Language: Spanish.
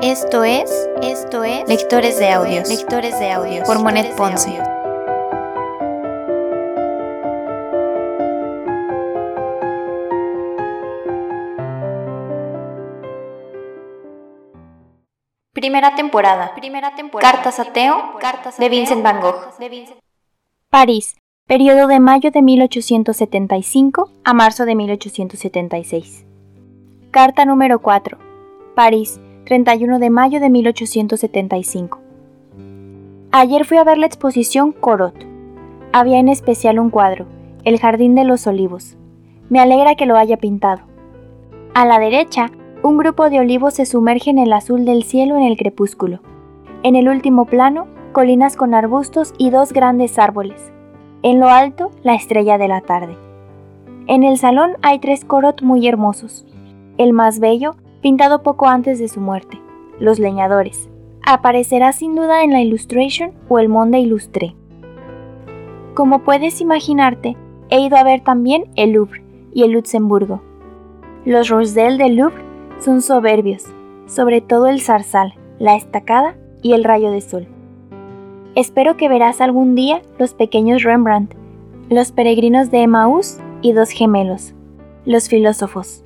Esto es Lectores de Audios, por Monet Ponce. Primera temporada. Cartas a Theo, de Vincent Van Gogh. París, periodo de mayo de 1875 a marzo de 1876. Carta número 4. París, 31 de mayo de 1875. Ayer fui a ver la exposición Corot. Había en especial un cuadro, El Jardín de los Olivos. Me alegra que lo haya pintado. A la derecha, un grupo de olivos se sumerge en el azul del cielo en el crepúsculo. En el último plano, colinas con arbustos y dos grandes árboles. En lo alto, la estrella de la tarde. En el salón hay 3 Corot muy hermosos. El más bello, pintado poco antes de su muerte, Los Leñadores. Aparecerá sin duda en la Illustration o el Monde Illustré. Como puedes imaginarte, he ido a ver también el Louvre y el Luxemburgo. Los Roselles del Louvre son soberbios, sobre todo el zarzal, la estacada y el rayo de sol. Espero que verás algún día los pequeños Rembrandt, los peregrinos de Emaús y 2 gemelos, los filósofos.